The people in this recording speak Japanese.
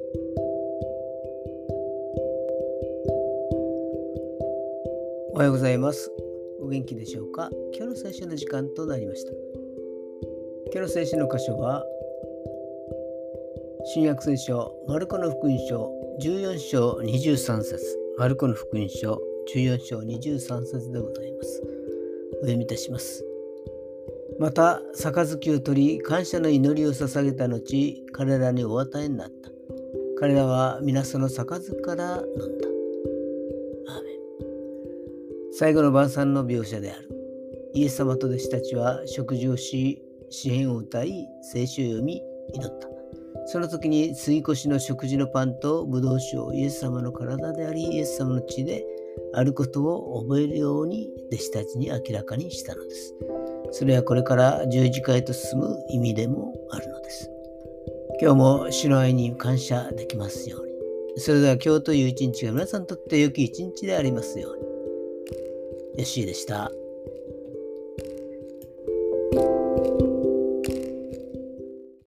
おはようございます。お元気でしょうか。今日の聖書の時間となりました。今日の聖書の箇所は新約聖書マルコの福音書14章23節、マルコの福音書14章23節でございます。お読みいたします。また杯を取り感謝の祈りを捧げた後、彼らにお与えになった。彼らは皆その杯から飲んだ。アーメン。最後の晩餐の描写である。イエス様と弟子たちは食事をし、詩篇を歌い、聖書を読み、祈った。その時に杉越の食事のパンとブドウ酒をイエス様の体であり、イエス様の血であることを覚えるように弟子たちに明らかにしたのです。それはこれから十字架へと進む意味でもあるのです。今日も主の愛に感謝できますように。それでは今日という一日が皆さんにとって良き一日でありますように。ヨッシーでした。